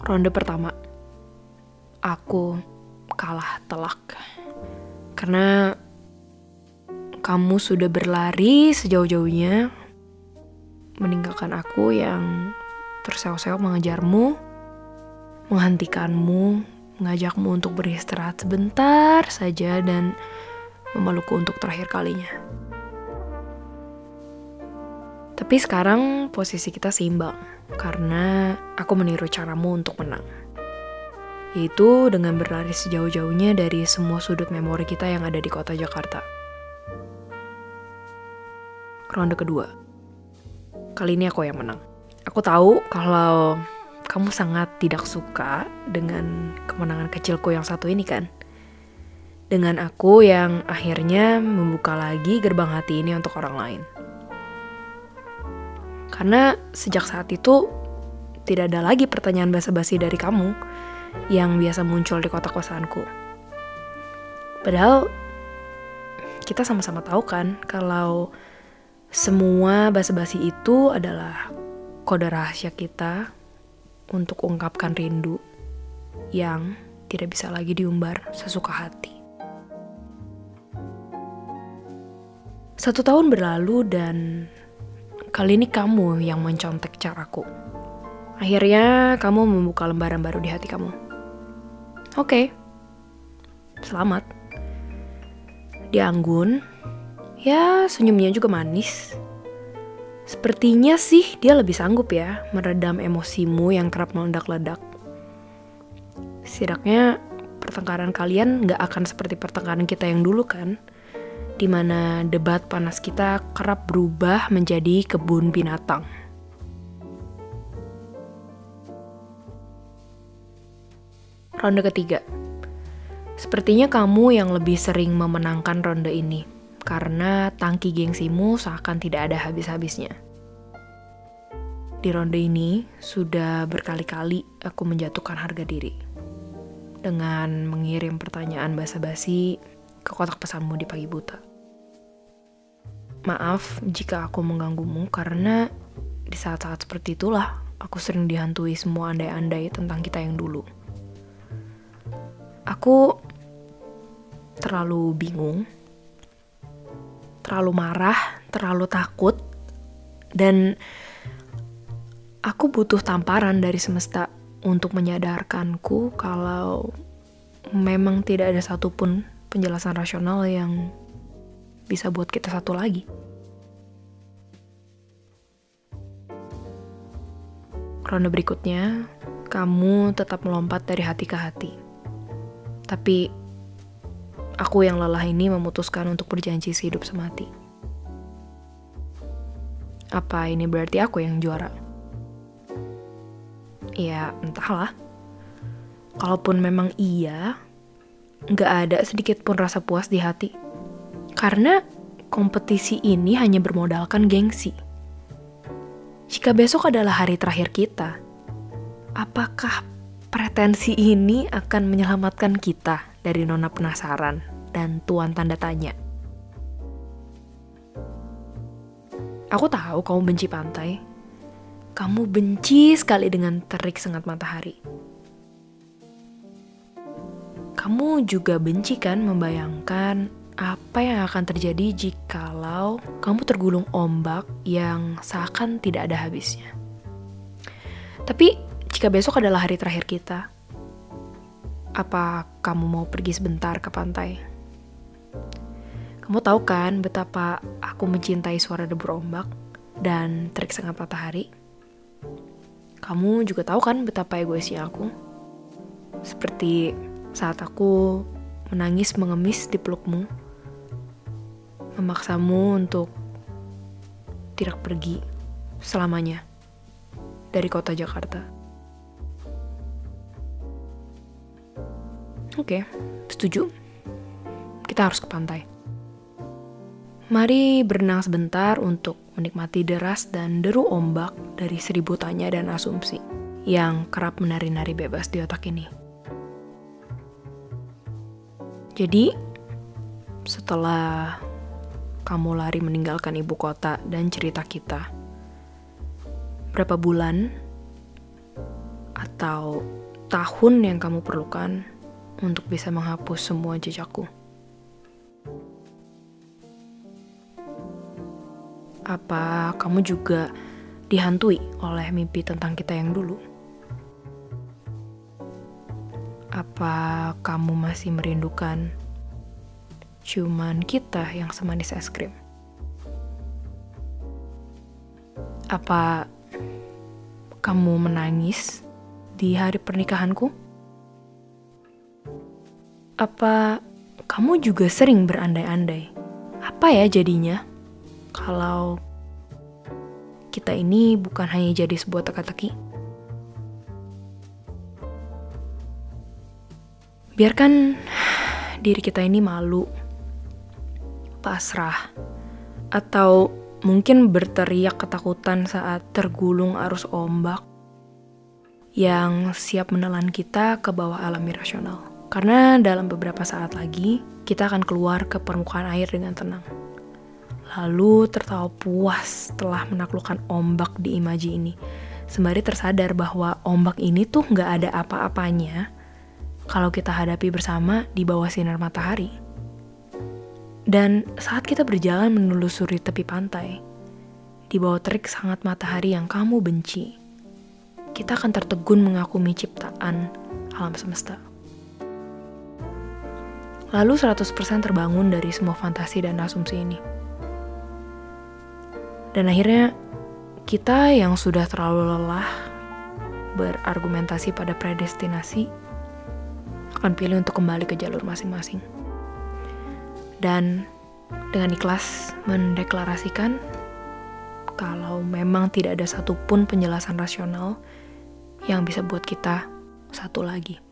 Ronde pertama, aku kalah telak. Karena kamu sudah berlari sejauh-jauhnya, meninggalkan aku yang terseok-seok mengejarmu, menghentikanmu, mengajakmu untuk beristirahat sebentar saja dan memelukku untuk terakhir kalinya. Tapi sekarang posisi kita seimbang, karena aku meniru caramu untuk menang. Yaitu dengan berlari sejauh-jauhnya dari semua sudut memori kita yang ada di kota Jakarta. Ronde kedua. Kali ini aku yang menang. Aku tahu kalau kamu sangat tidak suka dengan kemenangan kecilku yang satu ini kan? Dengan aku yang akhirnya membuka lagi gerbang hati ini untuk orang lain. Karena sejak saat itu tidak ada lagi pertanyaan basa-basi dari kamu yang biasa muncul di kotak kosanku. Padahal kita sama-sama tahu kan kalau semua basa-basi itu adalah kode rahasia kita untuk ungkapkan rindu yang tidak bisa lagi diumbar sesuka hati. 1 tahun berlalu dan kali ini kamu yang mencontek caraku. Akhirnya kamu membuka lembaran baru di hati kamu. Oke. Selamat. Dia anggun. Ya, senyumnya juga manis. Sepertinya sih dia lebih sanggup ya meredam emosimu yang kerap meledak-ledak. Setidaknya pertengkaran kalian gak akan seperti pertengkaran kita yang dulu kan, di mana debat panas kita kerap berubah menjadi kebun binatang. Ronde ketiga. Sepertinya kamu yang lebih sering memenangkan ronde ini, karena tangki gengsimu seakan tidak ada habis-habisnya. Di ronde ini, sudah berkali-kali aku menjatuhkan harga diri. Dengan mengirim pertanyaan basa-basi ke kotak pesanmu di pagi buta. Maaf jika aku mengganggumu karena di saat-saat seperti itulah aku sering dihantui semua andai-andai tentang kita yang dulu. Aku terlalu bingung, terlalu marah, terlalu takut, dan aku butuh tamparan dari semesta untuk menyadarkanku kalau memang tidak ada satupun penjelasan rasional yang bisa buat kita satu lagi. Ronde berikutnya, kamu tetap melompat dari hati ke hati. Tapi aku yang lelah ini memutuskan untuk berjanji sehidup semati. Apa ini berarti aku yang juara? Ya, entahlah. Kalaupun memang iya, gak ada sedikit pun rasa puas di hati. Karena kompetisi ini hanya bermodalkan gengsi. Jika besok adalah hari terakhir kita, apakah pretensi ini akan menyelamatkan kita dari nona penasaran dan tuan tanda tanya? Aku tahu kamu benci pantai. Kamu benci sekali dengan terik sengat matahari. Kamu juga benci kan membayangkan apa yang akan terjadi jikalau kamu tergulung ombak yang seakan tidak ada habisnya. Tapi jika besok adalah hari terakhir kita, apa kamu mau pergi sebentar ke pantai? Kamu tahu kan betapa aku mencintai suara debur ombak dan terik sengat matahari? Kamu juga tahu kan betapa egoisnya aku? Seperti saat aku menangis mengemis di pelukmu, memaksamu untuk tidak pergi selamanya dari kota Jakarta. Oke, setuju. Kita harus ke pantai. Mari berenang sebentar untuk menikmati deras dan deru ombak dari 1000 tanya dan asumsi yang kerap menari-nari bebas di otak ini. Jadi, setelah kamu lari meninggalkan ibu kota dan cerita kita, berapa bulan atau tahun yang kamu perlukan untuk bisa menghapus semua jejakku? Apa kamu juga dihantui oleh mimpi tentang kita yang dulu? Apa kamu masih merindukan ciuman kita yang semanis es krim? Apa kamu menangis di hari pernikahanku? Apa kamu juga sering berandai-andai? Apa ya jadinya kalau kita ini bukan hanya jadi sebuah teka-teki? Biarkan diri kita ini malu, pasrah, atau mungkin berteriak ketakutan saat tergulung arus ombak yang siap menelan kita ke bawah alam irasional. Karena dalam beberapa saat lagi, kita akan keluar ke permukaan air dengan tenang. Lalu tertawa puas setelah menaklukkan ombak di imaji ini. Sembari tersadar bahwa ombak ini tuh gak ada apa-apanya kalau kita hadapi bersama di bawah sinar matahari. Dan saat kita berjalan menelusuri tepi pantai, di bawah terik sangat matahari yang kamu benci, kita akan tertegun mengagumi ciptaan alam semesta. Lalu 100% terbangun dari semua fantasi dan asumsi ini. Dan akhirnya, kita yang sudah terlalu lelah berargumentasi pada predestinasi akan pilih untuk kembali ke jalur masing-masing. Dan dengan ikhlas mendeklarasikan kalau memang tidak ada satupun penjelasan rasional yang bisa buat kita satu lagi.